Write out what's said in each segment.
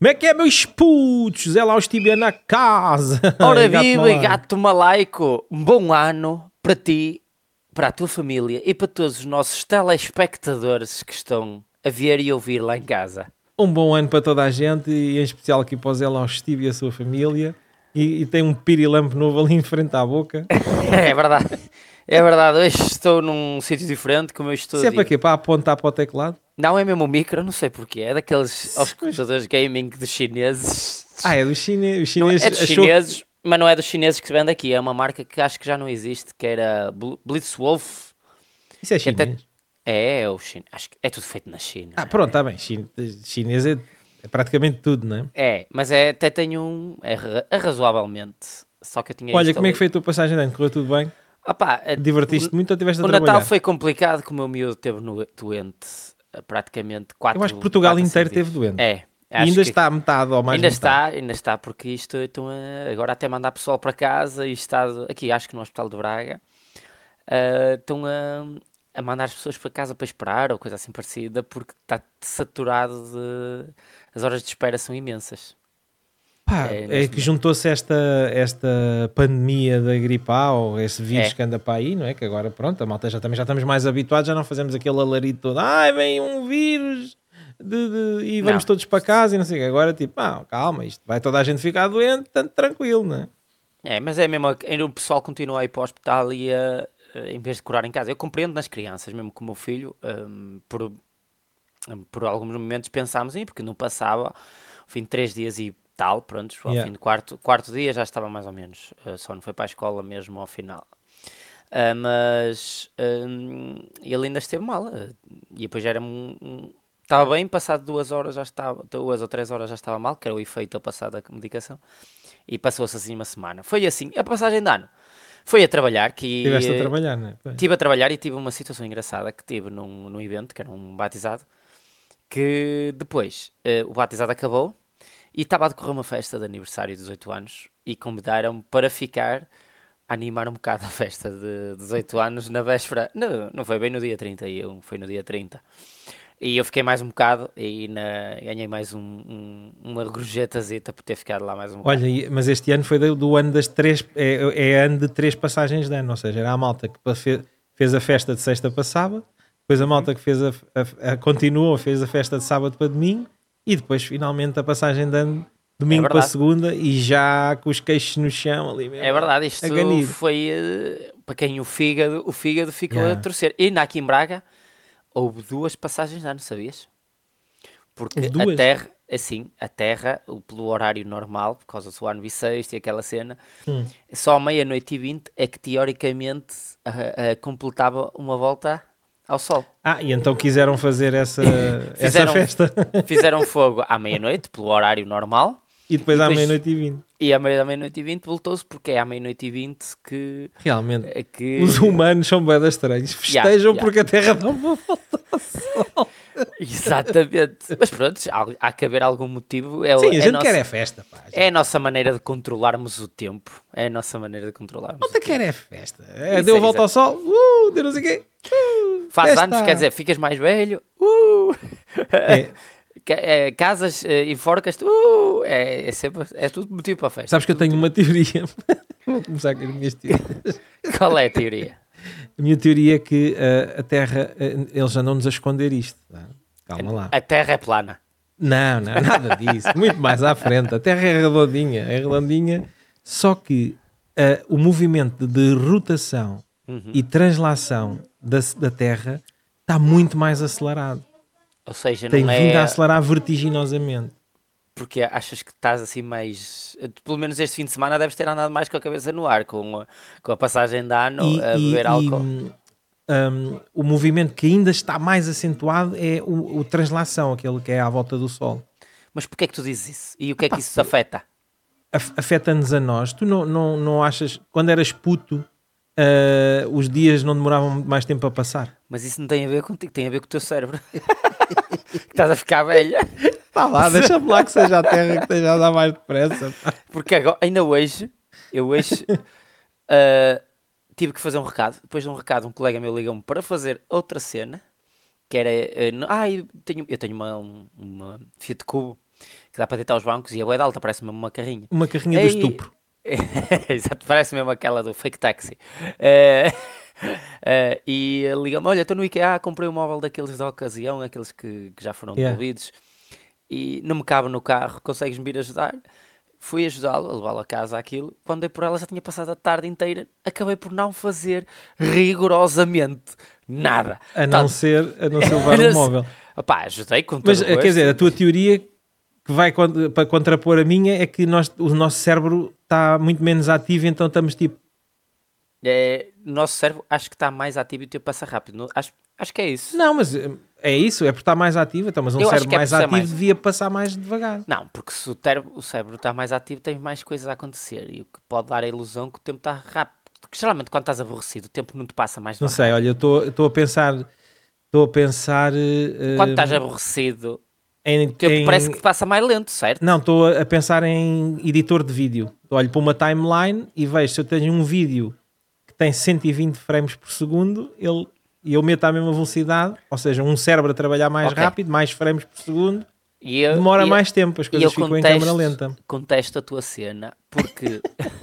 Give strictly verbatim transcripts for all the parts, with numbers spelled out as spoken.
Como é que é, meus putos? É lá os tibia na casa. Ora Gato viva, malaico. gato malaico, um bom ano para ti, para a tua família e para todos os nossos telespectadores que estão a ver e ouvir lá em casa. Um bom ano para toda a gente e em especial aqui para o Zé lá, Steve e a sua família. E, e tem um pirilampo novo ali em frente à boca. É verdade, é verdade. Hoje estou num sítio diferente, como eu estou Isso a é para dizer. quê? Para apontar para o teclado? Não é mesmo o micro, não sei porquê. É daqueles aos Pois. computadores gaming dos chineses. Ah, é dos chineses. Os Não, chineses é dos achou... chineses, mas não é dos chineses que se vende aqui. É uma marca que acho que já não existe, que era Bl- Blitzwolf. Isso é Que até chinês. é, é o chin... acho que é tudo feito na China. Ah, pronto, está bem. Chin... Chinês é, é praticamente tudo, não é? É, mas é, até tem um. É, ra- é razoavelmente. Só que eu tinha Olha, isto como é ali. que foi a tua passagem de ano? Correu tudo bem? Opá, é- Divertiste muito ou estiveste a o trabalhar? Natal foi complicado, como o meu miúdo teve no, doente eh, praticamente quatro Eu acho que Portugal quatro a inteiro cinco teve dias. doente. É, E acho ainda que está a metade ou mais ainda metade. está, ainda está, porque isto estão a- agora até mandar pessoal para casa e está aqui, acho que no Hospital de Braga, eh, estão a, a mandar as pessoas para casa para esperar ou coisa assim parecida, porque está saturado de. As horas de espera são imensas. Pá, É, é neste que momento. juntou-se esta, esta pandemia da gripe A, ou esse vírus É. que anda para aí, não é? Que agora, pronto, a malta já, também já estamos mais habituados, já não fazemos aquele alarido todo. Ai, vem um vírus de, de- e vamos Não. todos para casa e não sei o quê. Agora, tipo, ah, calma, isto vai toda a gente ficar doente, tanto tranquilo, não é? É, mas é mesmo, ainda o pessoal continua a ir para o hospital e a, a- em vez de curar em casa. Eu compreendo nas crianças, mesmo com o meu filho, hum, por, por alguns momentos pensámos, "Ih, porque não passava, ao fim de três dias e tal, pronto, ao Yeah. fim do quarto, quarto dia já estava mais ou menos, eh, só não foi para a escola mesmo ao final. Ah, mas hum, ele ainda esteve mal, eh, e depois já era um, um- estava bem, passado duas horas já estava, duas ou três horas já estava mal, que era o efeito a passar da medicação. E passou-se assim uma semana. Foi assim, a passagem de ano. Foi a trabalhar, que Estiveste a eh, trabalhar, não é? Pois. tive a trabalhar e tive uma situação engraçada que tive num, num evento, que era um batizado, que depois eh, o batizado acabou e estava a decorrer uma festa de aniversário de dezoito anos e convidaram-me para ficar a animar um bocado a festa de dezoito anos na véspera. Não, não foi bem no dia trinta e um, foi no dia trinta. E eu fiquei mais um bocado e na- ganhei mais um, um- uma gorjetazita por ter ficado lá mais um bocado. Olha, e- mas este ano foi do, do ano das três, é, é ano de três passagens de ano, ou seja, era a malta que pa- fe- fez a festa de sexta para sábado, depois a malta que fez a, a, a- continuou, fez a festa de sábado para domingo e depois finalmente a passagem de ano domingo para verdade. segunda e já com os queixos no chão ali mesmo. É verdade, a isto ganir. foi eh, para quem o fígado, o fígado ficou Yeah. a torcer. E na aqui em Braga houve duas passagens de ano, sabias? Porque Houve a duas? terra, assim, a terra, o- pelo horário normal, por causa do ano bissexto e aquela cena, Hum. só à meia-noite e vinte é que teoricamente ah, ah, completava uma volta ao sol. Ah, e então quiseram fazer essa, essa Fizeram- festa Fizeram fogo à meia-noite, pelo horário normal, e depois E à depois- meia-noite e vinte. e à meia- à meia-noite e vinte voltou-se, porque é à meia-noite e vinte que... Realmente, é que... os humanos são bem estranhos. Yeah, Festejam yeah. porque a Terra dá uma volta ao sol. Exatamente. Mas pronto, há, há que haver algum motivo. É, o- Sim, a é gente nossa, quer é festa, pá. A gente é a nossa maneira de controlarmos o tempo. É a nossa maneira de controlarmos o Malta tempo. quer é festa. É, Isso deu é, a volta ao sol, uh, deu não sei o quê. Uh, Faz festa. anos, quer dizer, ficas mais velho. Uh! É, Ca- é, casas, eh, enforcas. Uh! É, é sempre, é tudo motivo para a festa. sabes que eu tenho uma teoria. Vou começar com as minhas teorias. Qual é a teoria? A minha teoria é que uh, a Terra, uh, eles andam-nos a esconder isto. Tá? Calma lá. A Terra é plana. Não, não, nada disso. Muito mais à frente. A Terra é redondinha, é redondinha. Só que uh, o movimento de rotação Uhum. e translação da, da Terra está muito mais acelerado. Ou seja, Tem não vindo é a acelerar vertiginosamente. porque achas que estás assim mais. Pelo menos este fim de semana deves ter andado mais com a cabeça no ar, com a, com a passagem de ano, E, a e- beber e, álcool. um, o movimento que ainda está mais acentuado é o, o translação, aquele que é à volta do Sol. Mas porquê é que tu dizes isso? E o que é que isso te afeta? Af- Afeta-nos a nós. Tu não, não, não achas, quando eras puto, uh, os dias não demoravam mais tempo a passar? Mas isso não tem a ver contigo, tem a ver com o teu cérebro. Estás a ficar velha. Está lá, deixa-me lá que seja a Terra que esteja a dar mais depressa. pá. Porque agora, ainda hoje, eu hoje ah, tive que fazer um recado. Depois de um recado, um colega meu ligou-me para fazer outra cena. Que era. ah, no- ah, eu tenho, eu tenho uma, um- uma Fiat Cubo que dá para deitar os bancos e a bué de alta, parece mesmo uma carrinha. Uma carrinha do Ei, estupro. exato, parece mesmo aquela do fake taxi. Eh, eh, e ele liga-me: olha, estou no IKEA, comprei um móvel daqueles da ocasião, aqueles que, que já foram Yeah. devolvidos, e não me cabe no carro, consegues-me vir ajudar? Fui ajudá-lo, a levá-lo a casa, aquilo. Quando dei por ela, já tinha passado a tarde inteira. Acabei por não fazer rigorosamente nada. A não Tanto- ser, a não ser levar Era um se- móvel. Opá, ajudei com todo Mas, o eh, quer gosto. dizer, a tua teoria que vai con- para contrapor a minha é que nós, o nosso cérebro está muito menos ativo, então estamos tipo, É, o nosso cérebro acho que está mais ativo e o tempo passa rápido. Não- Acho, acho que é isso. não, mas eh, é isso, é por estar mais ativo, então, mas um Eu acho cérebro que é por mais ser ativo mais- devia passar mais devagar. Não, porque se o, ter- o cérebro está mais ativo, tem mais coisas a acontecer. E o que pode dar a ilusão que o tempo está rápido. Porque geralmente quando estás aborrecido, o tempo não te passa mais Não devagar. sei, olha, eu estou a pensar, estou a pensar eh, Quando estás aborrecido, em, o tempo em- parece que te passa mais lento, certo? Não, estou a pensar em editor de vídeo. Olho para uma timeline e vejo se eu tenho um vídeo que tem cento e vinte frames por segundo, ele, e eu meto à mesma velocidade, ou seja, um cérebro a trabalhar mais Ok. rápido, mais frames por segundo, E eu, demora e eu- mais tempo, as e coisas eu ficam em contesto, câmera lenta. contesto a tua cena, porque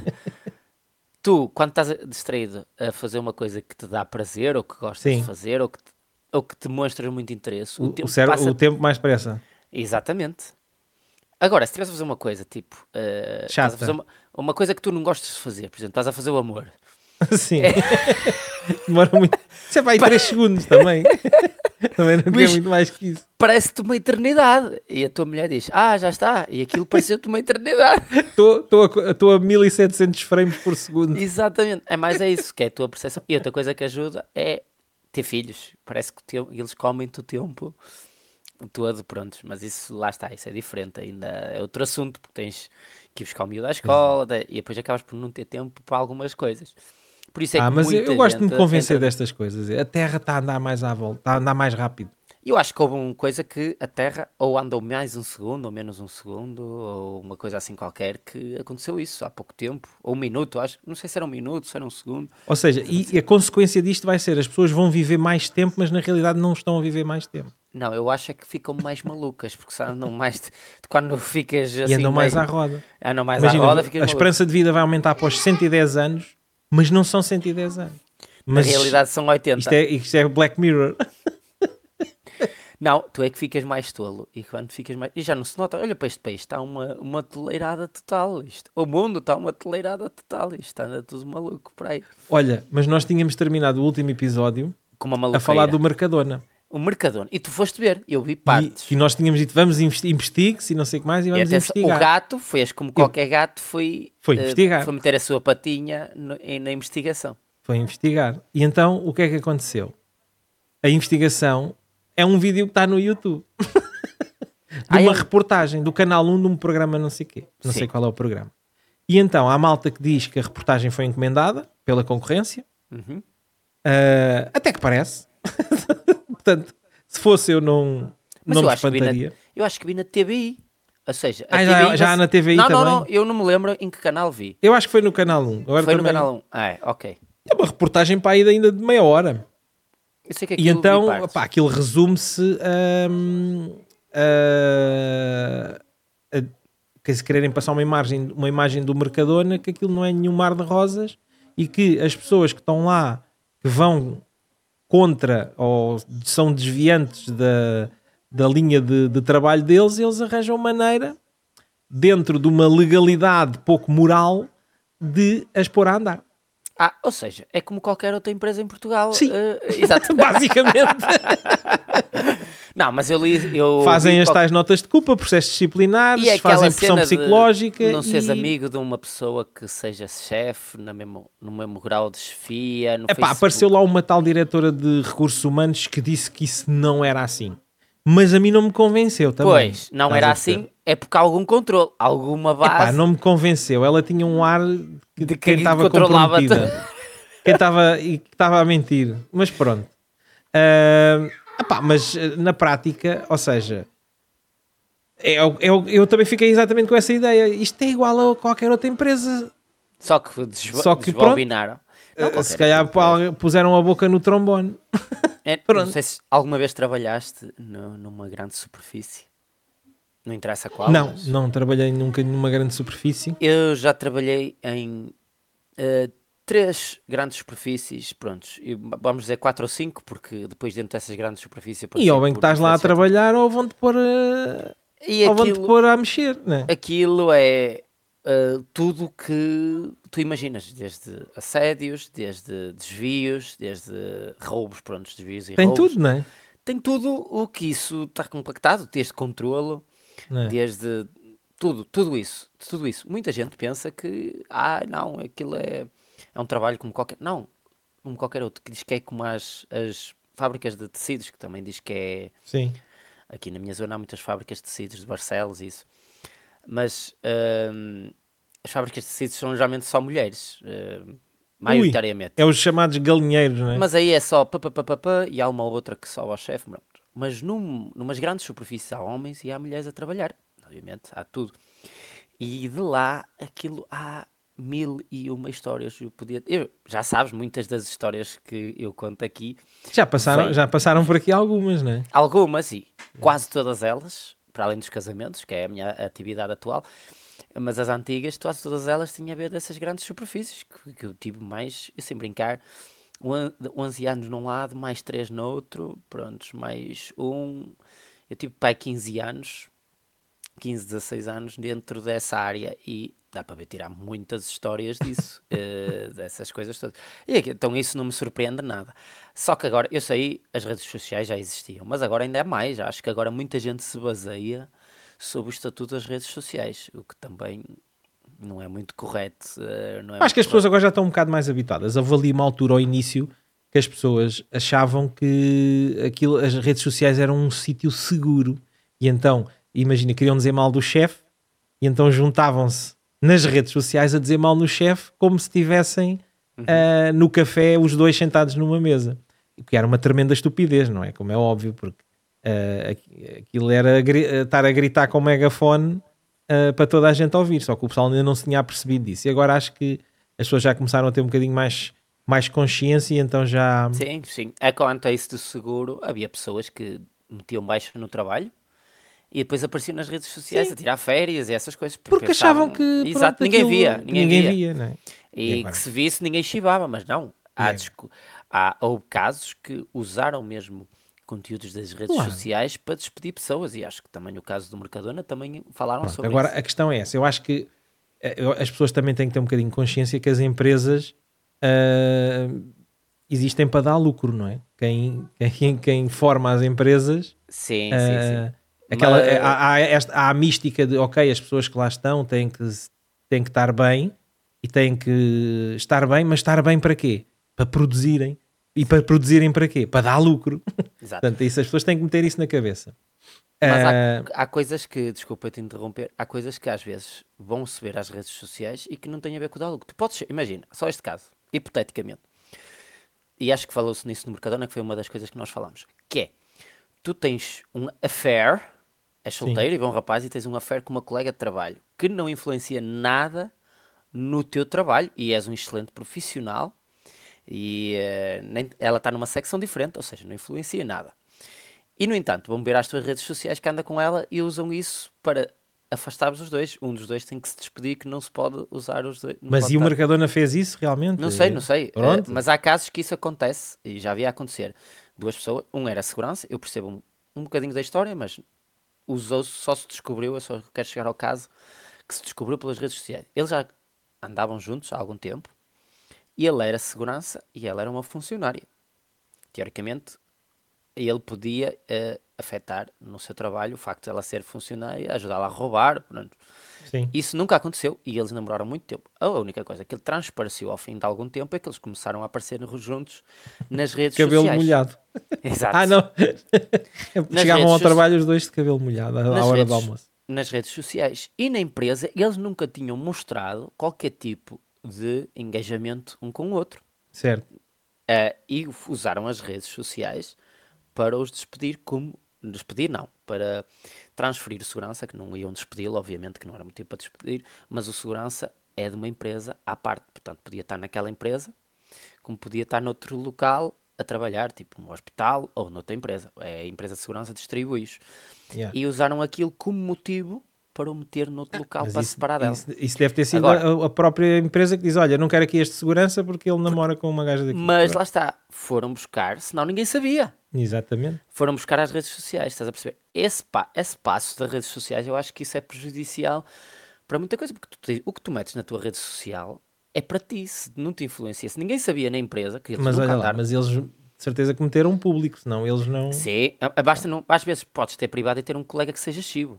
tu, quando estás distraído a fazer uma coisa que te dá prazer, ou que gostas Sim. de fazer, ou que te, ou que te mostras muito interesse, o, O, tempo o, cérebro, passa... o tempo mais depressa. Exatamente. Agora, se estivesse a fazer uma coisa, tipo, eh, estás Chata. a fazer uma, uma coisa que tu não gostas de fazer, por exemplo, estás a fazer o amor. Sim. Demora muito. Isso é para aí três segundos também. Também não quer Mas- muito mais que isso. Parece-te uma eternidade. E a tua mulher diz, ah, já está. E aquilo pareceu-te uma eternidade. Estou a, a mil e setecentos frames por segundo. Exatamente. É mais é isso, que é a tua percepção. E outra coisa que ajuda é ter filhos. Parece que o teu- eles comem-te o tempo todo, prontos. Mas isso, lá está, isso é diferente. Ainda é outro assunto, porque tens que ir buscar o miúdo à escola da- e depois acabas por não ter tempo para algumas coisas. Por isso é Ah, que mas eu, muita eu gosto de me gente convencer entra- destas coisas. A Terra está a andar mais à volta, está a andar mais rápido. Eu acho que houve uma coisa que a Terra ou andou mais um segundo, ou menos um segundo, ou uma coisa assim qualquer, que aconteceu isso há pouco tempo, ou um minuto, acho, não sei se era um minuto, se era um segundo. Ou seja, e, e a consequência disto vai ser, as pessoas vão viver mais tempo, mas na realidade não estão a viver mais tempo. Não, eu acho é que ficam mais malucas, porque se andam mais, de- quando ficas assim, E andam mais meio- à roda. andam mais Imagina, à roda, a ficas maluco. esperança de vida vai aumentar para os cento e dez anos, mas não são cento e dez anos. Na Mas realidade são oitenta. isto é, isto é Black Mirror. Não, tu é que ficas mais tolo. E quando ficas mais. E já não se nota. Olha para este país, está uma, uma toleirada total. Isto, o mundo está uma toleirada total. Isto anda tudo maluco por aí. Olha, mas nós tínhamos terminado o último episódio Com uma a maluqueira. falar do Mercadona. O Mercadona. E tu foste ver. Eu vi E, partes. e nós tínhamos dito, vamos investi- investigue-se e não sei o que mais, e E vamos atenção, investigar. o gato fez como qualquer gato foi, Foi eh, investigar. foi meter a sua patinha no- em- na investigação. Foi investigar. E então, o que é que aconteceu? A investigação é um vídeo que está no YouTube. de Ah, uma é? reportagem do canal um de um programa não sei quê. Não Sim. sei qual é o programa. E então, há malta que diz que a reportagem foi encomendada pela concorrência. Uhum. Ah, até que parece. Portanto, se fosse eu não, Mas não eu me acho, que vi na, espantaria. eu acho que vi na T V I. Ou seja, a Ah, já- T V I já não há se- na T V I não, Não, também? não, eu não me lembro em que canal vi. Eu acho que foi no canal um. Agora Foi no também- canal um. Ah, é, ok. É uma reportagem para aí de ainda de meia hora. Eu sei que E aquilo vi então, partes. opá, aquilo resume-se hum, a, a, que se quererem passar uma imagem, uma imagem do Mercadona, que aquilo não é nenhum mar de rosas e que as pessoas que estão lá, que vão contra ou são desviantes da, da linha de, de trabalho deles, eles arranjam maneira, dentro de uma legalidade pouco moral, de as pôr a andar. Ah, ou seja, é como qualquer outra empresa em Portugal. Sim. eh, exato. Basicamente. Não, mas eu li. Eu Fazem vi as qual- tais notas de culpa, processos disciplinares, E é aquela fazem pressão cena de psicológica. não seres e... amigo de uma pessoa que seja chefe na mesmo, no mesmo grau de chefia. No Epá, Facebook. apareceu lá uma tal diretora de recursos humanos que disse que isso não era assim. Mas a mim não me convenceu também. Pois, não Estás era a assim, perceber? é porque há algum controle, alguma base. Epá, não me convenceu. Ela tinha um ar de, De quem que estava controlava comprometida. Quem estava e que estava a mentir. Mas pronto. Ah, epá, mas eh, na prática, ou seja, eu, eu, eu também fiquei exatamente com essa ideia. Isto é igual a qualquer outra empresa. Só que, desvo Só que, desbobinaram. Não, Uh, qualquer se calhar outra empresa. pá, puseram a boca no trombone. É, pronto. não sei se alguma vez trabalhaste no- numa grande superfície. Não interessa qual, Não, mas não trabalhei nunca numa grande superfície. eu já trabalhei em eh, três grandes superfícies, prontos, e v- vamos dizer quatro ou cinco, porque depois dentro dessas grandes superfícies E passei ou bem que por estás lá a diferentes setores. trabalhar ou vão-te pôr, a- E ou vão-te aquilo, pôr a mexer, né? aquilo é eh, tudo que tu imaginas, desde assédios, desde desvios, desde roubos, prontos, desvios e Tem tudo, roubos. né? Tem tudo o que isso está compactado, desde controlo, Né? desde tudo, tudo isso, tudo isso. Muita gente pensa que, ah, não, aquilo é, é um trabalho como qualquer, não, como qualquer outro, que diz que é como as, as fábricas de tecidos, que também diz que é, Sim. aqui na minha zona há muitas fábricas de tecidos de Barcelos e isso, mas hum, as fábricas de tecidos são geralmente só mulheres, hum, Ui, é maioritariamente. os chamados galinheiros, né? Mas aí é só pá, pá, pá, pá, pá, e há uma ou outra que sobe ao chefe, pronto. Mas num, numas grandes superfícies há homens e há mulheres a trabalhar. Obviamente, há tudo. E de lá, aquilo há mil e uma histórias. Eu podia, eu, já sabes, muitas das histórias que eu conto aqui Já passaram, vêm, já passaram por aqui algumas, né? algumas e quase todas elas, para além dos casamentos, que é a minha atividade atual, mas as antigas, quase todas elas tinham a ver dessas grandes superfícies que, que eu tive mais, eu sem brincar, on- onze anos num lado, mais três no outro, prontos, mais um. Eu tive pai quinze anos, quinze, dezasseis anos dentro dessa área e dá para ver tirar muitas histórias disso, eh, dessas coisas todas. E aqui- então isso não me surpreende nada. Só que agora, eu sei, as redes sociais já existiam, mas agora ainda é mais. Acho que agora muita gente se baseia sobre o estatuto das redes sociais, o que também não é muito correto, eh, não é Acho muito que as pessoas correto. agora já estão um bocado mais habituadas. Houve ali uma altura ao início que as pessoas achavam que aquilo, as redes sociais eram um sítio seguro. E então, imagina, queriam dizer mal do chefe e então juntavam-se nas redes sociais a dizer mal no chefe como se estivessem Uhum. ah, no café os dois sentados numa mesa. O que era uma tremenda estupidez, não é? Como é óbvio, porque ah, aqu- aquilo era gri- estar a gritar com o megafone ah, para toda a gente ouvir, só que o pessoal ainda não se tinha apercebido disso. E agora acho que as pessoas já começaram a ter um bocadinho mais, mais consciência e então já... Sim, sim. É quanto a isso do seguro, havia pessoas que metiam baixo no trabalho e depois apareciam nas redes sociais Sim, a tirar férias e essas coisas, porque porque achavam pensavam, que, exato, pronto, ninguém via, aquilo que ninguém ninguém via. via, não é? E E que agora? se visse ninguém chibava, mas não. E Há, agora? discu- há houve casos que usaram mesmo conteúdos das redes Claro. sociais para despedir pessoas e acho que também no caso do Mercadona também falaram Pronto, sobre agora isso. a questão é essa. Eu acho que eh, eu- as pessoas também têm que ter um bocadinho de consciência que as empresas ah, existem para dar lucro, não é? Quem, quem, quem forma as empresas, Sim, sim, sim. ah, aquela, eh, Mas há, há esta, há a mística de, ok, as pessoas que lá estão têm que, têm que estar bem e têm que estar bem, mas estar bem para quê? Para produzirem. E para sim, produzirem para quê? Para dar lucro. exato. Portanto, isso, as pessoas têm que meter isso na cabeça. Mas há, Ah, há coisas que, desculpa te interromper, há coisas que às vezes vão se ver às redes sociais e que não têm a ver com o diálogo. Tu podes, imagina, só este caso, hipoteticamente, e acho que falou-se nisso no Mercadona, que foi uma das coisas que nós falamos, que é, tu tens um affair, és sim. solteiro e bom rapaz, e tens um affair com uma colega de trabalho, que não influencia nada no teu trabalho, e és um excelente profissional, e eh, nem- ela está numa secção diferente, ou seja, não influencia nada. E, no entanto, vão ver às tuas redes sociais que anda com ela e usam isso para afastar-vos os dois. Um dos dois tem que se despedir, que não se pode usar os dois, não Mas pode e o estar. Mercadona fez isso realmente? Não sei, não sei, eh, Pronto. mas há casos que isso acontece e já havia a acontecer. Duas pessoas, um era segurança, eu percebo um, um bocadinho da história, mas usou-se, só se descobriu, eu só quero chegar ao caso, que se descobriu pelas redes sociais. Eles já andavam juntos há algum tempo e ele era segurança e ela era uma funcionária. Teoricamente, ele podia eh, afetar no seu trabalho o facto de ela ser funcionária, ajudá-la a roubar. Pronto. Sim. Isso nunca aconteceu e eles namoraram muito tempo. A única coisa que ele transpareceu ao fim de algum tempo é que eles começaram a aparecer juntos nas redes Cabelo sociais. molhado. Ah, Exato. não. Nas Chegavam redes, ao soci- trabalho os dois de cabelo molhado à à nas hora do redes, almoço. nas redes sociais. E na empresa, eles nunca tinham mostrado qualquer tipo de engajamento um com o outro. Certo. Eh, e usaram as redes sociais para os despedir como. Despedir não, para transferir o segurança, que não iam despedi-lo, obviamente que não era motivo para despedir, mas o segurança é de uma empresa à parte, portanto podia estar naquela empresa, como podia estar noutro local a trabalhar, tipo no hospital ou noutra empresa. É a empresa de segurança distribui-os. Yeah. E usaram aquilo como motivo para o meter noutro local Mas para isso, separar dela. isso, isso deve ter sido Agora, a, a própria empresa que diz: olha, não quero aqui este segurança porque ele namora com uma gaja daqui. mas Pronto. lá está, foram buscar, senão ninguém sabia. Exatamente. Foram buscar as redes sociais, estás a perceber? Esse, pa esse passo das redes sociais, eu acho que isso é prejudicial para muita coisa, porque tu te- o que tu metes na tua rede social é para ti, se não te influencia. Se ninguém sabia na empresa, que eles Mas nunca olha lá, andaram. mas eles de certeza que meteram um público, senão eles não. Sim, a- a- basta não, às vezes podes ter privado e ter um colega que seja chivo.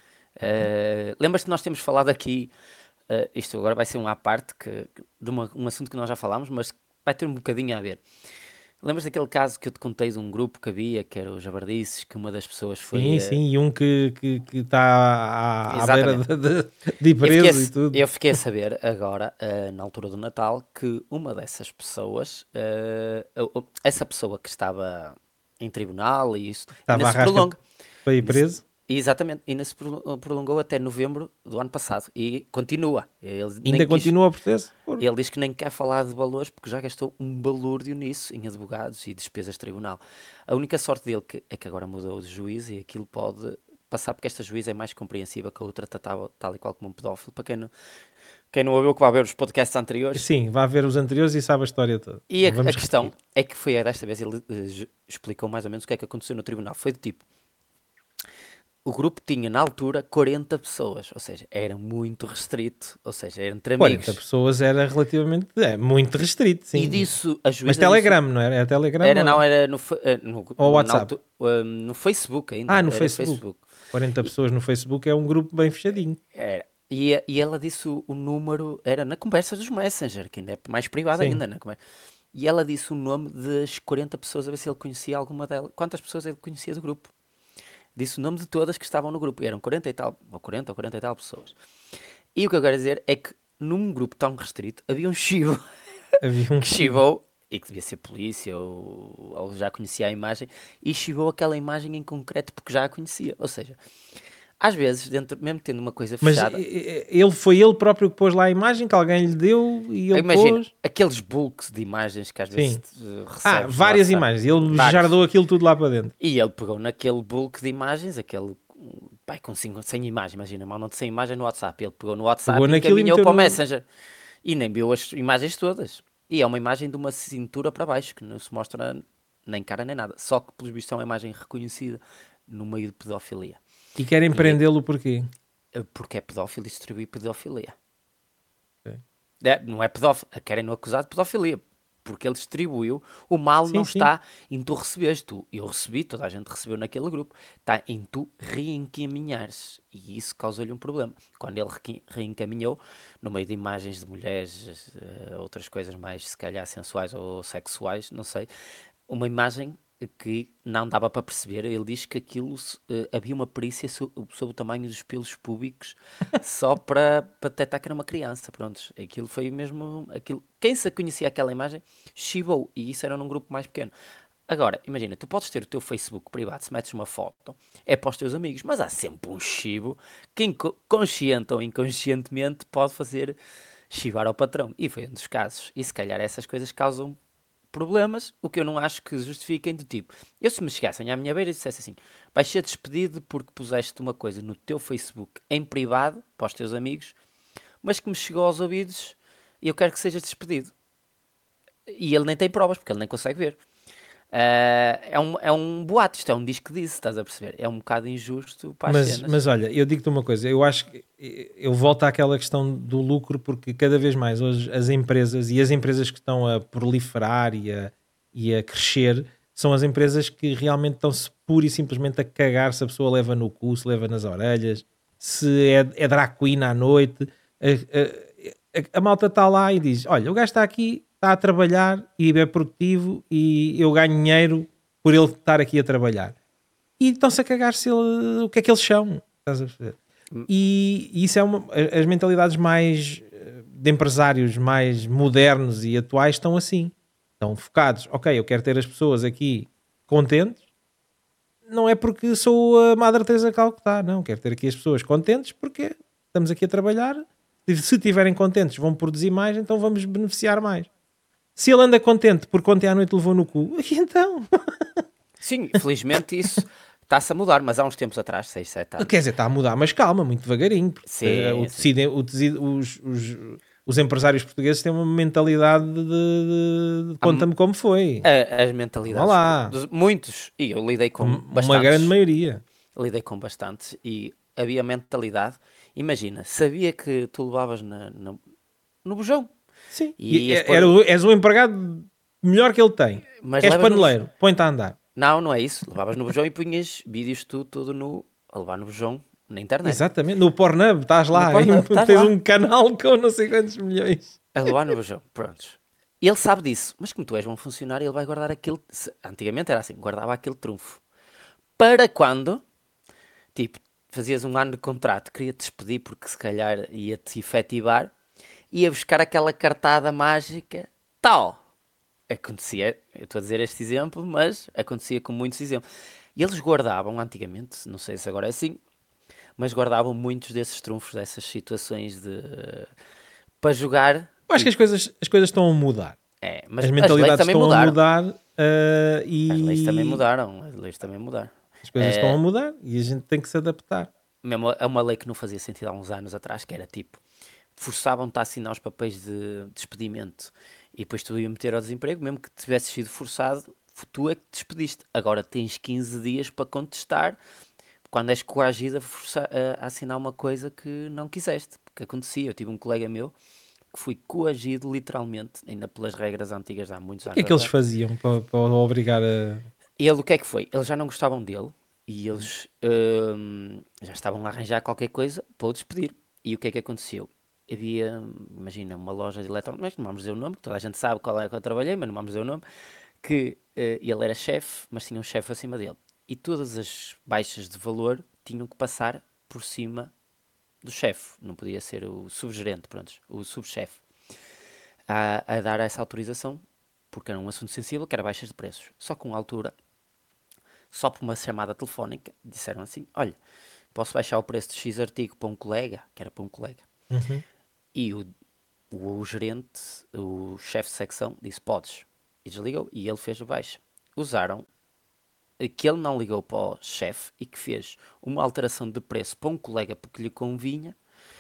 Uh, lembras-te que nós temos falado aqui, uh, isto agora vai ser um à parte, que, de uma- um assunto que nós já falámos, mas vai ter um bocadinho a ver. Lembras daquele caso que eu te contei de um grupo que havia, que era os jabardices, que uma das pessoas foi. Sim, uh, sim, e um que está que, que tá à, à beira Exatamente. de, de, de ir Eu fiquei, a, preso e s- tudo. eu fiquei a saber agora, uh, na altura do Natal, que uma dessas pessoas, uh, uh, uh, essa pessoa que estava em tribunal e isso, ainda Estava à se rasca prolonga. para ir Ainda se- preso. Exatamente, ainda se prolo- prolongou até novembro do ano passado e continua. Ele nem Ainda quis, continua o processo. Porra. ele diz que nem quer falar de valores porque já gastou um balúrdio nisso, em advogados e despesas de tribunal. A única sorte dele que, é que agora mudou de juiz e aquilo pode passar porque esta juíza é mais compreensiva que a outra tratava tal e qual como um pedófilo. Para quem não, quem não ouviu, que vai ver os podcasts anteriores. Sim, vá ver os anteriores e sabe a história toda. E a, Não a vamos questão repetir. é que foi desta vez, ele eh, ju- explicou mais ou menos o que é que aconteceu no tribunal. Foi do tipo, o grupo tinha na altura quarenta pessoas, ou seja, era muito restrito, ou seja, era entre quarenta amigos. pessoas era relativamente. É, muito restrito, sim. E disso, a Mas juíza disse, Telegram, não era? Era Telegram? era ou não, era? era no, fe- eh, no, Ou na WhatsApp? altu- eh, no Facebook ainda, Ah, no era Facebook. Facebook. quarenta E, pessoas no Facebook é um grupo bem fechadinho. era. E, a- e ela disse o, o número, era na conversa dos Messenger, que ainda é mais privada Sim. ainda, na conversa. E ela disse o nome das quarenta pessoas, a ver se ele conhecia alguma delas. Quantas pessoas ele conhecia do grupo? Disse o nome de todas que estavam no grupo. E eram quarenta e tal, ou quarenta ou quarenta e tal pessoas. E o que eu quero dizer é que num grupo tão restrito havia um chivo Havia um que chivo. chivou, e que devia ser polícia ou, ou já conhecia a imagem, e chivou aquela imagem em concreto porque já a conhecia. Ou seja, às vezes, dentro, mesmo tendo uma coisa Mas fechada, eh, eh, ele foi ele próprio que pôs lá a imagem que alguém lhe deu e ele imagina pôs. aqueles bulks de imagens que às vezes Sim. uh, Ah, recebes no várias WhatsApp. imagens. Ele Vários. jardou aquilo tudo lá para dentro. E ele pegou naquele bulk de imagens, aquele pai, com cinco, cem imagens, imagina, mal não de cem imagens no WhatsApp. Ele pegou no WhatsApp Pegou e naquilo e encaminhou meteu para o no. Messenger. E nem viu as imagens todas. E é uma imagem de uma cintura para baixo, que não se mostra nem cara nem nada. Só que, pelos vistos, é uma imagem reconhecida no meio de pedofilia. E querem E prendê-lo porquê? é porque é pedófilo e distribui pedofilia. Ok. É, não é pedófilo, querem-no acusar de pedofilia. Porque ele distribuiu, o mal Sim, não sim. está em tu recebeste, tu, eu recebi, toda a gente recebeu naquele grupo, está em tu reencaminhares. E isso causou-lhe um problema. Quando ele requi- reencaminhou, no meio de imagens de mulheres, eh, outras coisas mais, se calhar, sensuais ou sexuais, não sei, uma imagem que não dava para perceber. Ele diz que aquilo se- eh, havia uma perícia so- sobre o tamanho dos pelos púbicos só para, para detectar que era uma criança. Pronto, aquilo foi mesmo aquilo. Quem se conhecia aquela imagem chibou, e isso era num grupo mais pequeno. Agora, imagina, tu podes ter o teu Facebook privado, se metes uma foto, é para os teus amigos, mas há sempre um chibo que inco- consciente ou inconscientemente pode fazer chivar ao patrão. E foi um dos casos. E se calhar essas coisas causam problemas, o que eu não acho que justifiquem do tipo. Eu se me chegassem à minha beira e dissesse assim, vais ser despedido porque puseste uma coisa no teu Facebook em privado, para os teus amigos, mas que me chegou aos ouvidos e eu quero que sejas despedido. E ele nem tem provas, porque ele nem consegue ver. Ah, é, um, é um boato, isto é um disco disso, estás a perceber? É um bocado injusto para as Mas, cenas. mas olha, eu digo-te uma coisa, eu acho que eu volto àquela questão do lucro, porque cada vez mais hoje as empresas e as empresas que estão a proliferar e a, e a crescer são as empresas que realmente estão-se pura e simplesmente a cagar se a pessoa leva no cu, se leva nas orelhas, se é, é drag queen à noite. A, a, a, a malta está lá e diz: olha, o gajo está aqui, está a trabalhar e é produtivo e eu ganho dinheiro por ele estar aqui a trabalhar. E estão-se a cagar se ele, o que é que eles são. Estás a perceber? E, e isso é uma, as mentalidades mais de empresários mais modernos e atuais estão assim, estão focados. Ok, eu quero ter as pessoas aqui contentes, não é porque sou a Madre Teresa de Calcutá, não, quero ter aqui as pessoas contentes porque estamos aqui a trabalhar. Se estiverem contentes vão produzir mais, então vamos beneficiar mais. Se ele anda contente porque ontem à noite levou no cu, e então? Sim, felizmente isso está-se a mudar, mas há uns tempos atrás, seis, sete anos. Quer dizer, está a mudar, mas calma, muito devagarinho. Porque Sim, o sim. tecido, o tecido, os, os, os empresários portugueses têm uma mentalidade de, de, de conta-me como foi. A- As mentalidades Vá lá. dos- muitos, e eu lidei com Uma bastantes. grande maioria. Lidei com bastantes e havia mentalidade. Imagina, sabia que tu levavas na, na- no bujão, Sim. E E ias pôr- era, o- és o empregado melhor que ele tem. mas És levas no paneleiro, põe-te a andar. Não, não é isso. Levavas no bujão e punhas vídeos tu tudo no, a levar no bujão na internet. Exatamente. No Pornhub, estás lá. No Pornhub, hein? estás Tens lá. um canal com não sei quantos milhões. A levar no bujão. Prontos. Ele sabe disso. Mas como tu és bom funcionário, ele vai guardar aquele... se- Antigamente era assim, guardava aquele trunfo. Para quando, tipo, fazias um ano de contrato, queria-te despedir porque se calhar ia-te efetivar, ia buscar aquela cartada mágica, tal. Acontecia, eu estou a dizer este exemplo, mas acontecia com muitos exemplos. E eles guardavam, antigamente, não sei se agora é assim, mas guardavam muitos desses trunfos, dessas situações de... para jogar. Eu acho que as coisas, as coisas estão a mudar. É, mas As as leis mentalidades também estão a mudaram. mudar uh, e As leis também mudaram. As leis também mudaram. as coisas É, estão a mudar e a gente tem que se adaptar. mesmo é uma lei que não fazia sentido há uns anos atrás, que era tipo, forçavam-te a assinar os papéis de despedimento e depois tu ia meter ao desemprego, mesmo que tivesses sido forçado, tu é que te despediste. Agora tens quinze dias para contestar quando és coagido a, forçar, a, a assinar uma coisa que não quiseste. Porque acontecia, eu tive um colega meu que fui coagido literalmente, ainda pelas regras antigas de há muitos O anos que é que eles atrás. faziam para, para o obrigar a... Ele, o que é que foi? Eles já não gostavam dele e eles hum, já estavam a arranjar qualquer coisa para o despedir. E o que é que aconteceu? Havia, imagina, uma loja de eletrodomésticos, não vamos dizer o nome, que toda a gente sabe qual é que eu trabalhei, mas não vamos dizer o nome, que eh, ele era chefe, mas tinha um chefe acima dele. E todas as baixas de valor tinham que passar por cima do chefe, não podia ser o subgerente, pronto, o subchefe, a, a dar essa autorização, porque era um assunto sensível, que era baixas de preços. Só que, com a altura, só por uma chamada telefónica, disseram assim: olha, posso baixar o preço de X artigo para um colega, que era para um colega. Uhum. E o, o, o gerente, o chefe de secção, disse: podes. E desligou, e ele fez a baixa. Usaram que ele não ligou para o chefe e que fez uma alteração de preço para um colega porque lhe convinha.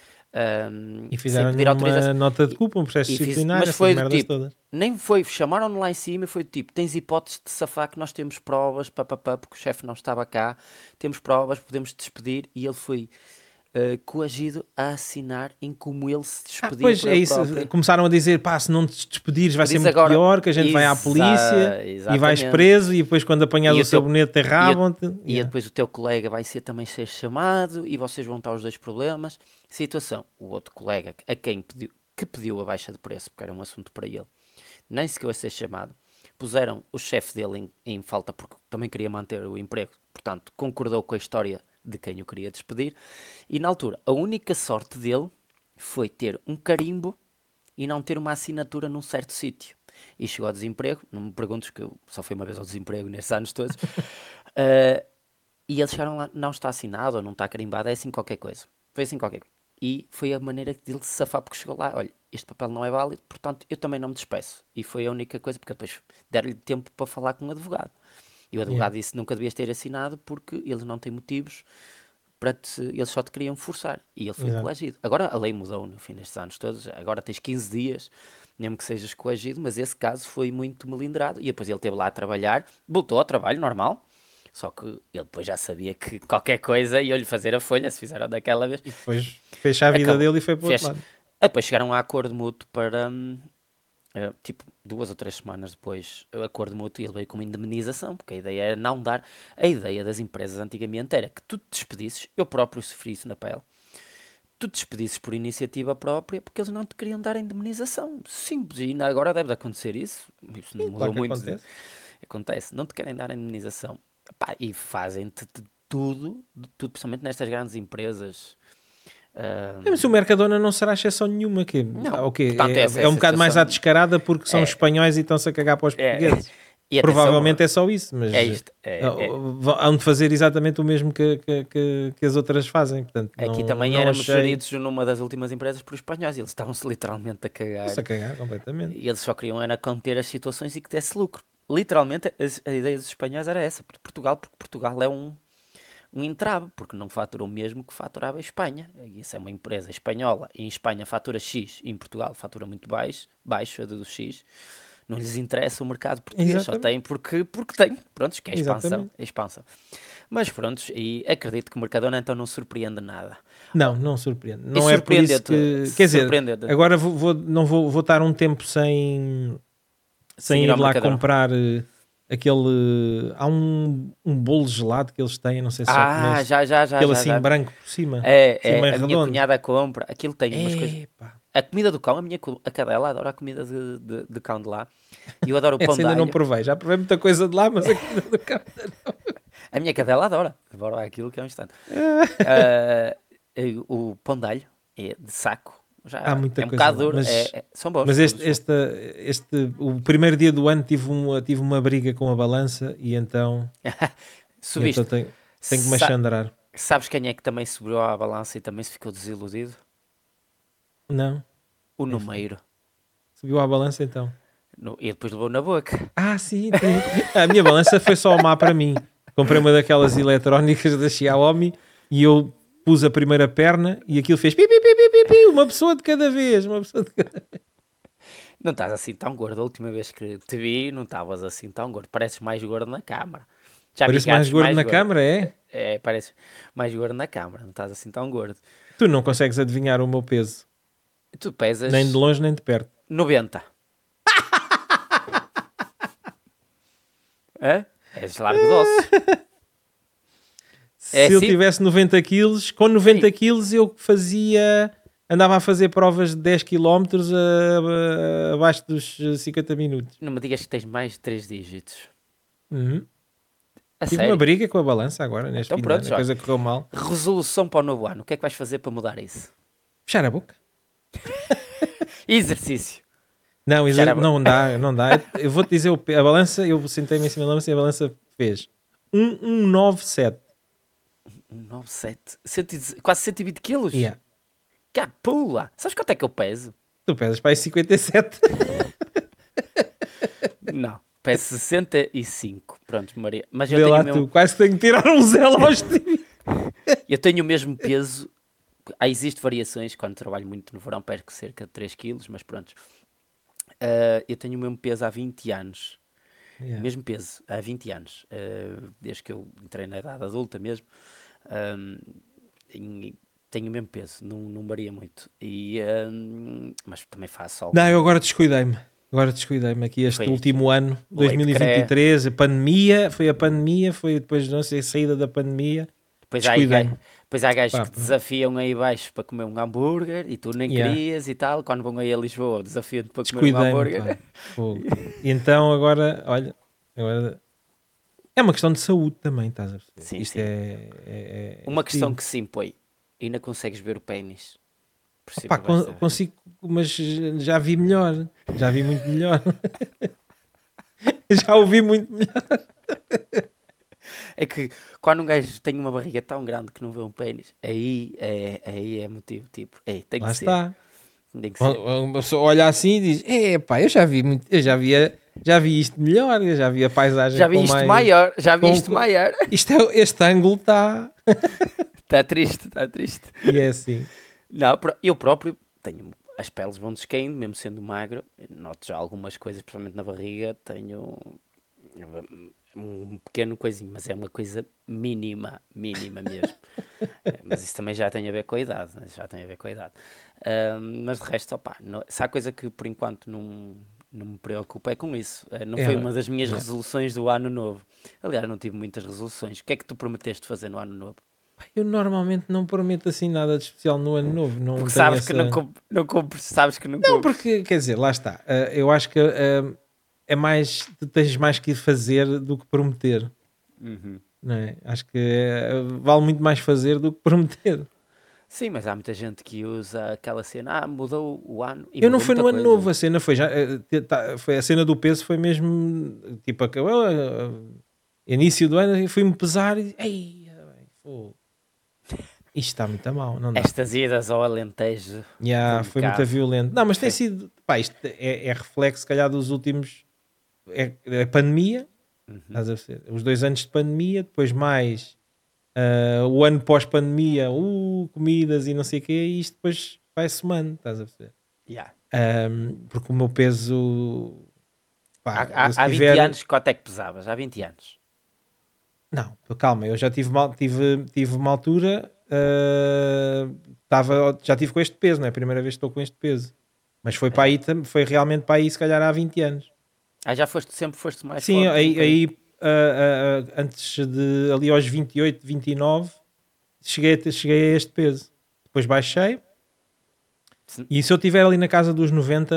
Um, E fizeram uma nota de culpa, um processo disciplinar, mas essas foi merdas tipo, todas. nem foi, chamaram-no lá em cima e foi tipo, tens hipótese de safar que nós temos provas, papapá, porque o chefe não estava cá, temos provas, podemos despedir, e ele foi uh, coagido a assinar em como ele se Ah, despedia pois por é ele isso, próprio. começaram a dizer, pá, se não te despedires vai ser Diz muito agora- pior, que a gente vai à Exa- polícia e vais exatamente. preso e depois quando apanhas E o o teu- sabonete erravam-te. E Yeah. depois o teu colega vai ser também ser chamado e vocês vão estar os dois problemas. Situação, o outro colega a quem pediu, que pediu a baixa de preço, porque era um assunto para ele, nem sequer a ser chamado, puseram o chefe dele em, em falta porque também queria manter o emprego, portanto concordou com a história de quem o queria despedir, e na altura a única sorte dele foi ter um carimbo e não ter uma assinatura num certo sítio. E chegou ao desemprego, não me perguntes que eu só fui uma vez ao desemprego nesses anos todos, uh, e eles chegaram lá, não está assinado ou não está carimbado, é assim qualquer coisa. Foi assim qualquer coisa. E foi a maneira dele se safar, porque chegou lá, olha, este papel não é válido, portanto eu também não me despeço. E foi a única coisa, porque depois deram-lhe tempo para falar com o advogado. E o advogado Yeah. disse, nunca devias ter assinado, porque eles não têm motivos para te, eles só te queriam forçar. E ele foi Exato. coagido. Agora a lei mudou no fim destes anos todos, agora tens quinze dias, mesmo que sejas coagido, mas esse caso foi muito melindrado. E depois ele esteve lá a trabalhar, voltou ao trabalho normal, só que ele depois já sabia que qualquer coisa ia-lhe fazer a folha, se fizeram daquela vez. E depois fecha a vida Acabou. dele e foi para o outro Fez- lado. Ah, depois chegaram a acordo mútuo para, hum, eh, tipo, duas ou três semanas depois, o acordo mútuo, e ele veio com uma indemnização, porque a ideia era não dar. A ideia das empresas antigamente era que tu te despedisses, eu próprio sofri isso na pele, tu te despedisses por iniciativa própria, porque eles não te queriam dar a indemnização. Simples, e ainda agora deve acontecer isso. Isso não mudou Claro que muito. acontece. Acontece, não te querem dar a indemnização. Epá, e fazem-te de tudo, de tudo, principalmente nestas grandes empresas. Ah, É, mas o Mercadona não será exceção nenhuma. Que, Não, o quê? portanto, É, essa é é um a bocado mais à situação. descarada porque são É. espanhóis e estão-se a cagar para os É, portugueses. E atenção, Provavelmente é só isso, mas é isto. É, eh, é, hão de fazer exatamente o mesmo que, que, que, que as outras fazem. Portanto, aqui não, também não éramos achei. geridos numa das últimas empresas por espanhóis e eles estavam-se literalmente a cagar. Nossa, cagar completamente. E eles só queriam era conter as situações e que desse lucro. Literalmente, a, a ideia dos espanhóis era essa. Porque Portugal, porque Portugal é um, um entrave, porque não fatura o mesmo que faturava a Espanha. Isso é uma empresa espanhola e em Espanha fatura X e em Portugal fatura muito baixo, baixo a do X. Não lhes interessa o mercado português, Exatamente. só tem porque, porque tem. Pronto, que é a expansão. Exatamente. É a expansão. Mas pronto, e acredito que o Mercadona então não surpreende nada. Não, não surpreende. E Não é por isso surpreendeu-te? que. Quer dizer, Surpreendeu-te? agora vou, vou- não vou, vou estar um tempo sem, sem Sem ir ir ao lá Mercadona. comprar eh, aquele. Há um, um bolo gelado que eles têm, não sei se já Ah, conheces. já, já, já, Aquele já, assim já. branco por cima. É, Assim meio é, a minha redondo. cunhada compra. Aquilo tem umas coisas. Epá, A comida do cão, a minha cu- a cadela adora a comida de, de, de cão de lá. E eu adoro o pão essa de ainda não alho. provei. Já provei muita coisa de lá, mas aqui do cá. A minha cadela adora. Adora aquilo que é um instante. Ah, e o pão de alho é de saco. Já Há muita é um coisa bocado lá, duro. mas- é- é- são bons. Mas este, todos são. este, este, o primeiro dia do ano tive uma, tive uma briga com a balança e então, e Subiste. então tenho, tenho que me Sa- achandrar. Sabes quem é que também subiu à balança e também se ficou desiludido? Não, O Quem foi? número. subiu à balança então. No- e depois levou na boca. Ah, sim, tem- a minha balança foi só má para mim. Comprei uma daquelas eletrónicas da Xiaomi e eu pus a primeira perna e aquilo fez pi, pi, pi, pi, pi, pi, uma pessoa de cada vez, uma pessoa de cada... Não estás assim tão gordo. A última vez que te vi, não estavas assim tão gordo. Pareces mais gordo na câmara. Já vi Parece mais gatos gordo na câmara, é? É, parece mais gordo na câmara. Não estás assim tão gordo. Tu não consegues adivinhar o meu peso, Tu pesas nem de longe nem de perto. noventa. Hã? És largo de osso. Se É eu assim? tivesse noventa quilos, com noventa quilos eu fazia, andava a fazer provas de dez quilómetros a- a- abaixo dos cinquenta minutos. Não me digas que tens mais de três dígitos. Uhum. A Tive sério? uma briga com a balança agora, neste Então fim de pronto, ano, já. a coisa correu mal. Resolução para o novo ano. O que é que vais fazer para mudar isso? Fechar a boca. Exercício. Não, Fechar exa- a boca. não dá, não dá. Eu vou-te dizer, o pe- a balança, eu sentei-me em cima da balança e a balança fez um vírgula cento e noventa e sete. Um nove sete. cento e dez quase cento e vinte quilos? Yeah. Capula! Sabes quanto é que eu peso? Tu pesas para aí cinquenta e sete. Não. Peso sessenta e cinco. Pronto, Maria. Mas eu Vê tenho, lá o mesmo, tu, quase que tenho que tirar um zelo aos tiros. eu tenho o mesmo peso. Há, existe variações. Quando trabalho muito no verão perco cerca de três quilos, mas pronto. Ah, eu tenho o mesmo peso há vinte anos. Yeah. Mesmo peso, há vinte anos. ah, desde que eu entrei na idade adulta mesmo. Ahm, em- tenho o mesmo peso, não, não varia muito. E, ahm, mas também faço algo. Não, eu agora descuidei-me. Agora descuidei-me aqui este Foi último ano, dois mil e vinte e três, a pandemia, foi a pandemia, foi depois não sei, a saída da pandemia. Depois há, aí Descuidei-me. ga- depois há gajos Pá, que pá. desafiam aí baixo para comer um hambúrguer e tu nem Yeah. querias e tal. Quando vão aí a Lisboa, desafiam-te para comer um Descuidei-me, hambúrguer. pá. Fogo. E então agora, olha, agora é uma questão de saúde também, estás a perceber? Sim, Isto sim. é, é- é- Uma questão sim. que se impõe. Ainda consegues ver o pênis por cima Pá, con- desta- consigo, mas já vi melhor, já vi muito melhor. Já ouvi muito melhor. É que quando um gajo tem uma barriga tão grande que não vê um pênis, aí é, aí é motivo, tipo, ei, tem Lá que ser. está. Tem que ser. Uma pessoa olha assim e diz: é pá, eu já vi muito, eu já vi, a- já vi isto melhor, eu já vi a paisagem Já vi com isto mais... maior, já vi com- isto maior. Isto é, este ângulo está... Está triste, está triste. E é assim. Não, pró- eu próprio tenho, as peles vão descaindo, mesmo sendo magro, noto já algumas coisas, principalmente na barriga, tenho um pequeno coisinho, mas é uma coisa mínima, mínima mesmo. É, mas isso também já tem a ver com a idade, né? Já tem a ver com a idade. Ahm, mas de resto, opá, não, se há coisa que por enquanto não, não me preocupa é com isso. Eh, não É, foi uma das minhas é. resoluções do ano novo. Aliás, não tive muitas resoluções. O que é que tu prometeste fazer no ano novo? Eu normalmente não prometo assim nada de especial no ano novo. Não Porque tenho sabes essa... que não compro, não compro, sabes que não Não, compro. porque, quer dizer, lá está. Uh, eu acho que uh, é mais... Tu tens mais que fazer do que prometer. Uhum. Não é? Acho que uh, vale muito mais fazer do que prometer. Sim, mas há muita gente que usa aquela cena, ah, mudou o ano e Eu não mudou foi muita no ano coisa. novo, a cena foi já. eh, te- tá- Foi, a cena do peso foi mesmo tipo acabou, eh, eh, início do ano e fui-me pesar e ei, ai, fogo, isto está muito a mal, não dá. Estas idas ao Alentejo Yeah, dão-me foi muito cabo. violento. Não, mas tem Foi. sido, pá, isto é, é reflexo, se calhar, dos últimos. É, é pandemia, Uhum. estás a ver? Os dois anos de pandemia, depois mais ah, o ano pós-pandemia, uh, comidas e não sei o quê, e isto depois vai somando, estás a ver? Yeah. Ahm, porque o meu peso, Há, pá, eu se há, há vinte tiver. anos, quanto é que pesavas? Há vinte anos. Não, calma, eu já tive, mal, tive, tive uma altura, ah, tava, já tive com este peso, não é a primeira vez que estou com este peso. Mas foi Ah, para já. aí, tam- foi realmente para aí, se calhar há vinte anos. Ah, já foste, sempre foste mais Sim, forte um aí, bocadinho. aí ah, ah, ah, antes de ali aos vinte e oito, vinte e nove, cheguei a, ter- cheguei a este peso. Depois baixei, Se- e se eu estiver ali na casa dos noventa,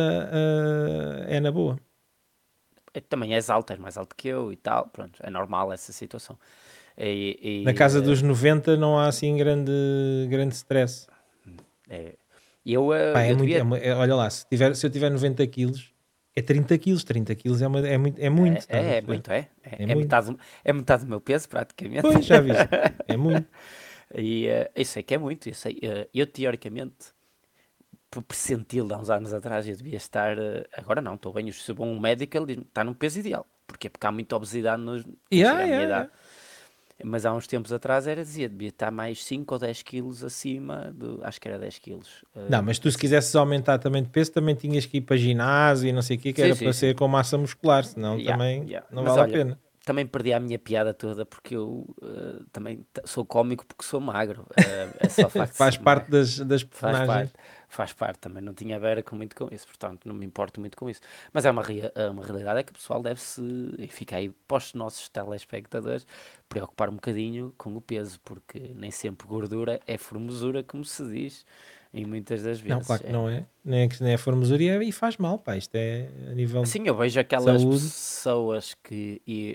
ah, é na boa. eh, Também és alto, és mais alto que eu e tal. Pronto, é normal essa situação. E, Na e, casa eh, dos noventa não há assim grande, grande stress. é, eu, eh, Pá, é eu muito, é devia. mu- é- olha lá, se, tiver, se eu tiver noventa quilos, é trinta quilos. trinta quilos é, uma- é muito, é muito, É, estás a é, é perceber? muito, é. É, É é muito. metade, do- é metade do meu peso, praticamente. Pois, já viste. É muito. E eh, eu sei que é muito. Eu, sei, eh, eu teoricamente, por percentil de há uns anos atrás, eu devia estar. eh, Agora não, estou bem. Se eu vou a um médico, ele diz está num peso ideal. Porquê? Porque há muita obesidade nos, quem chega Yeah, à minha yeah, idade. yeah. Mas há uns tempos atrás era dizia, devia estar mais cinco ou dez quilos acima do. Acho que era dez quilos. Não, eh, mas tu se acima. quisesses aumentar também de peso, também tinhas que ir para ginásio e não sei o que, que Sim, era sim, para sim. ser com massa muscular, senão Yeah, também yeah. não Mas vale a olha, pena. também perdi a minha piada toda porque eu eh, também t- sou cómico porque sou magro. Eh, é só o facto de Faz ser magro. parte das, das Faz personagens. parte, faz parte também. Não tinha a ver com muito com isso, portanto não me importo muito com isso. Mas é uma, rea- é uma realidade é que o pessoal deve-se, e fica aí para os nossos telespectadores, preocupar um bocadinho com o peso, porque nem sempre gordura é formosura, como se diz, em muitas das Não, vezes. claro que É. não é. Nem é que nem é formosura e é- e faz mal, pá. Isto é a nível de Assim, eu vejo aquelas saúde. pessoas que e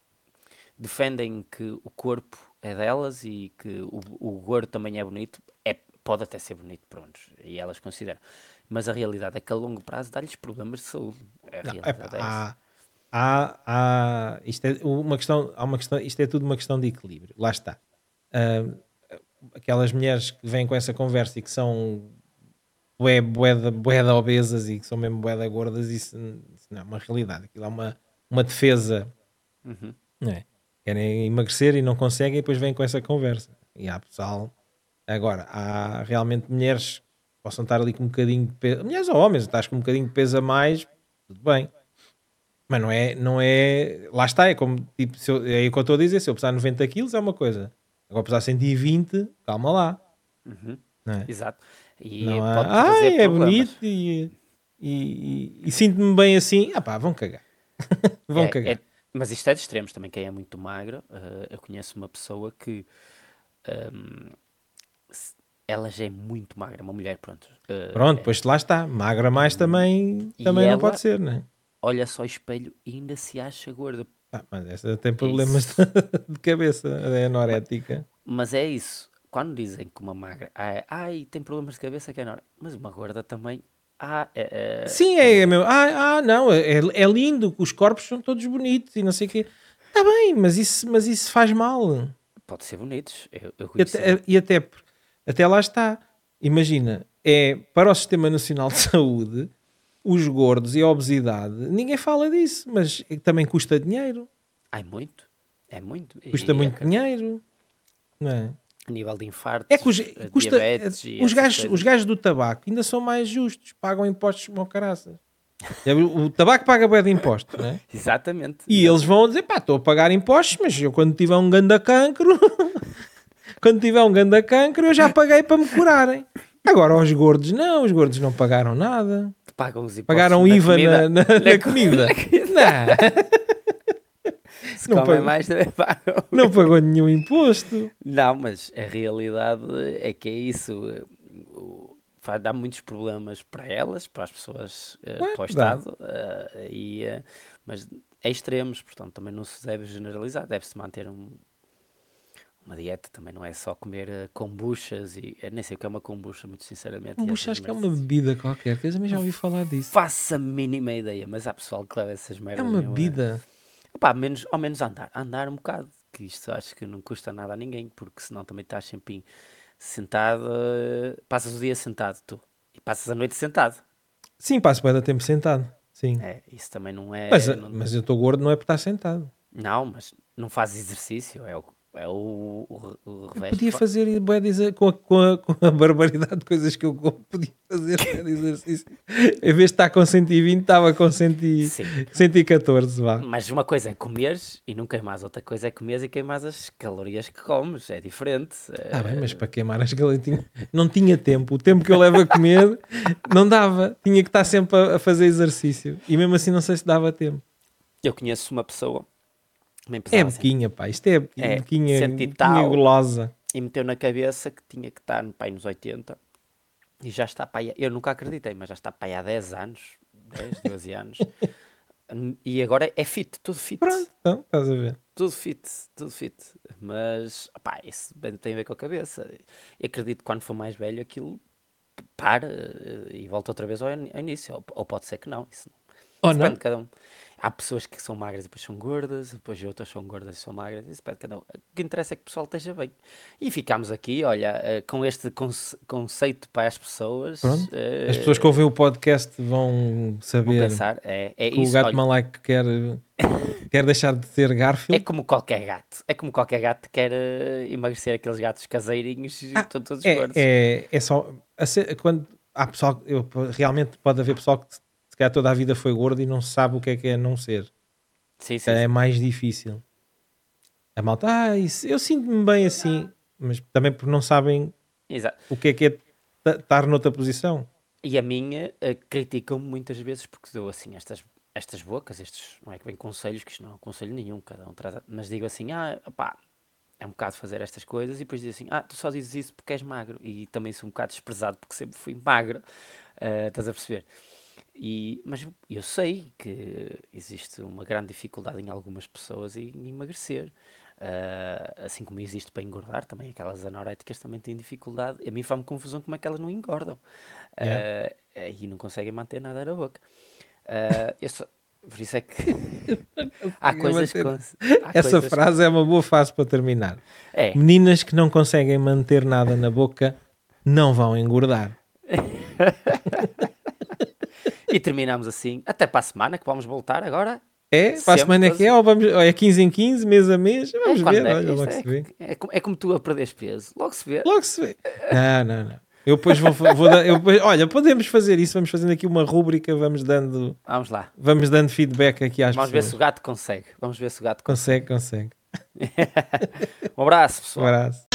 defendem que o corpo é delas e que o, o gordo também é bonito. É, pode até ser bonito, pronto, e elas consideram. Mas a realidade é que a longo prazo dá-lhes problemas de saúde. A Não, epá, realidade é essa. há, há, há, isto é uma questão, há uma questão, isto é tudo uma questão de equilíbrio. Lá está. Ah, aquelas mulheres que vêm com essa conversa e que são bué, bué, da- bué da obesas e que são mesmo bué da gordas, isso, isso não é uma realidade. Aquilo é uma, uma defesa, Uhum. não é? Querem emagrecer e não conseguem e depois vêm com essa conversa. E há pessoal. Agora, há realmente mulheres que possam estar ali com um bocadinho de peso. Mulheres ou homens, estás com um bocadinho de peso a mais, tudo bem. Mas não é, não é. Lá está, é como tipo, se eu, é o que eu estou a dizer. Se eu pesar noventa quilos é uma coisa. Agora pesar cento e vinte, calma lá, Uhum. não é? Exato. E Não pode há. trazer Ai, é problemas. bonito e, e, e- e sinto-me bem assim. Ah pá, vão cagar. Vão É, é, cagar. mas isto é de extremos também. Quem é muito magro, eh, eu conheço uma pessoa que ehm, se- ela já é muito magra, uma mulher, pronto. eh, Pronto, é- pois lá está. Magra é mais mu- também, e também não pode ela ser, não é? olha só o espelho e ainda se acha gorda. Ah, mas essa tem É problemas isso. de cabeça, é Ma- anorética. Mas é isso. Quando dizem que uma magra, ai, ai, tem problemas de cabeça, que é normal. Mas uma gorda também, ah, é, Sim, é, é, é é- meu. Ah, ah, não, é, é lindo, que os corpos são todos bonitos e não sei o quê. Está bem, mas isso, mas isso faz mal. pode ser bonitos. Eu, eu E conheci uma. até, e até, até lá está. Imagina, é para o Sistema Nacional de Saúde, os gordos e a obesidade, ninguém fala disso, mas também custa dinheiro. Ai, muito. É muito. Custa E, muito ac- dinheiro, não é? a nível de É que os, infartos, eh, custa, é- diabetes e os, essas gajos, os coisas. gajos do tabaco ainda são mais justos, pagam impostos como o caraças. Já viu? O tabaco paga bué de impostos, não é? Exatamente. E eles Exatamente. vão dizer, pá, estou a pagar impostos, mas eu quando tiver um ganda cancro, quando tiver um ganda cancro, eu já paguei para me curarem. Agora, os gordos não, os gordos não pagaram nada. Pagam os impostos Pagaram na I V A na, comida. na, na Na comida. comida. Não, Se não comem pagou, mais, também pagam. não pagou nenhum imposto. Não, mas a realidade é que é isso. eh, o- Vai dar muitos problemas para elas, para as pessoas, eh, Claro para o que dá. Estado, eh, e, eh, mas é extremos, portanto também não se deve generalizar, deve-se manter um, uma dieta também não é só comer uh, kombuchas e eu nem sei o que é uma kombucha, muito sinceramente. Kombucha acho que é uma bebida qualquer, que eu também já ouvi falar disso. Faço a mínima ideia, mas há pessoal que leva essas merdas. É uma bebida. Opa, menos, ao menos andar, andar um bocado, que isto acho que não custa nada a ninguém, porque senão também estás sempre sentado, uh, passas o dia sentado tu, e passas a noite sentado. Sim, passo bem da tempo sentado. Sim. É, isso também não é... Mas, não, mas eu estou gordo não é por estar sentado. não, mas não fazes exercício, é o, é o, o, o Eu revés. podia que fa- fazer bué de exa- com a, com, a, com a barbaridade de coisas que eu como, podia fazer bué de exercício. Em vez de estar com cento e vinte, estava com cento e- Sim, cento e catorze, vá. mas uma coisa é comeres e não queimares, outra coisa é comeres e queimares as calorias que comes, é diferente. Está bem, Eh, mas para queimar as galetinhas não tinha tempo. O tempo que eu levo a comer não dava. Tinha que estar sempre a, a fazer exercício. E mesmo assim não sei se dava tempo. Eu conheço uma pessoa, também É pesava cem bequinha, pá. Isto é bequinha, É, bequinha, cento e bequinha tal. gulosa. e meteu na cabeça que tinha que estar pai, nos oitenta e já está para aí, eu nunca acreditei, mas já está para aí há dez anos, dez, doze anos, e agora é fit, tudo fit, Pronto, então, estás a ver. tudo fit, tudo fit, mas opá, isso bem tem a ver com a cabeça. Eu acredito que quando for mais velho aquilo para eh, e volta outra vez ao, in- ao início, ou, ou pode ser que não, isso não. Ou Isso depende não? de cada um. Há pessoas que são magras e depois são gordas, depois outras são gordas e são magras. Isso depende de cada um. O que interessa é que o pessoal esteja bem. E ficámos aqui, olha, eh, com este conce- conceito para as pessoas. Pronto. eh, As pessoas que ouvem o podcast vão vão saber pensar, é, é que o isso. gato Olha, Malaico quer, quer deixar de ter é Garfield. como qualquer gato. É como qualquer gato que quer eh, emagrecer, aqueles gatos caseirinhos e Ah, estão todos É, gordos. é, é só. a ser- Quando há pessoal. Eu, realmente pode haver pessoal que se calhar toda a vida foi gordo e não sabe o que é que é não ser. Sim, Se sim, calhar é sim. mais difícil. A malta, ah, isso, eu sinto-me bem assim. Mas também porque não sabem Exato. o que é que é ta- estar noutra posição. E a minha eh, criticam-me muitas vezes porque dou assim estas, estas bocas, estes, não é que vem conselhos, que isto não é um conselho nenhum, cada um traz, a- mas digo assim, ah, pá, é um bocado fazer estas coisas e depois diz assim, ah, tu só dizes isso porque és magro e também sou um bocado desprezado porque sempre fui magro, eh, estás a perceber? E, mas eu- eu sei que existe uma grande dificuldade em algumas pessoas em emagrecer. Ah, assim como existe para engordar, também aquelas anoréticas também têm dificuldade. A mim faz-me confusão como é que elas não engordam. Yeah. Ah, e não conseguem manter nada na boca. Ah, eu só- por isso é que há conseguem coisas que. manter. cons- há Essa coisas- frase é uma boa frase para terminar. É, Meninas que não conseguem manter nada na boca não vão engordar. e terminamos assim. Até para a semana que vamos voltar agora. É? Para a Sempre semana é que é? Ou, vamos, ou é quinze em quinze, mês a mês? Vamos É quando ver, é, olha, isto logo é, se vê. é, como, é como tu a perderes peso. Logo se vê. Logo se vê. Não, não, não. Eu depois vou, vou dar, eu depois- olha, podemos fazer isso, vamos fazendo aqui uma rúbrica, vamos dando, Vamos lá. vamos dando feedback aqui às Vamos ver se pessoas. o gato consegue. Vamos ver se o gato consegue. Consegue, consegue. Um abraço, Um pessoal. abraço.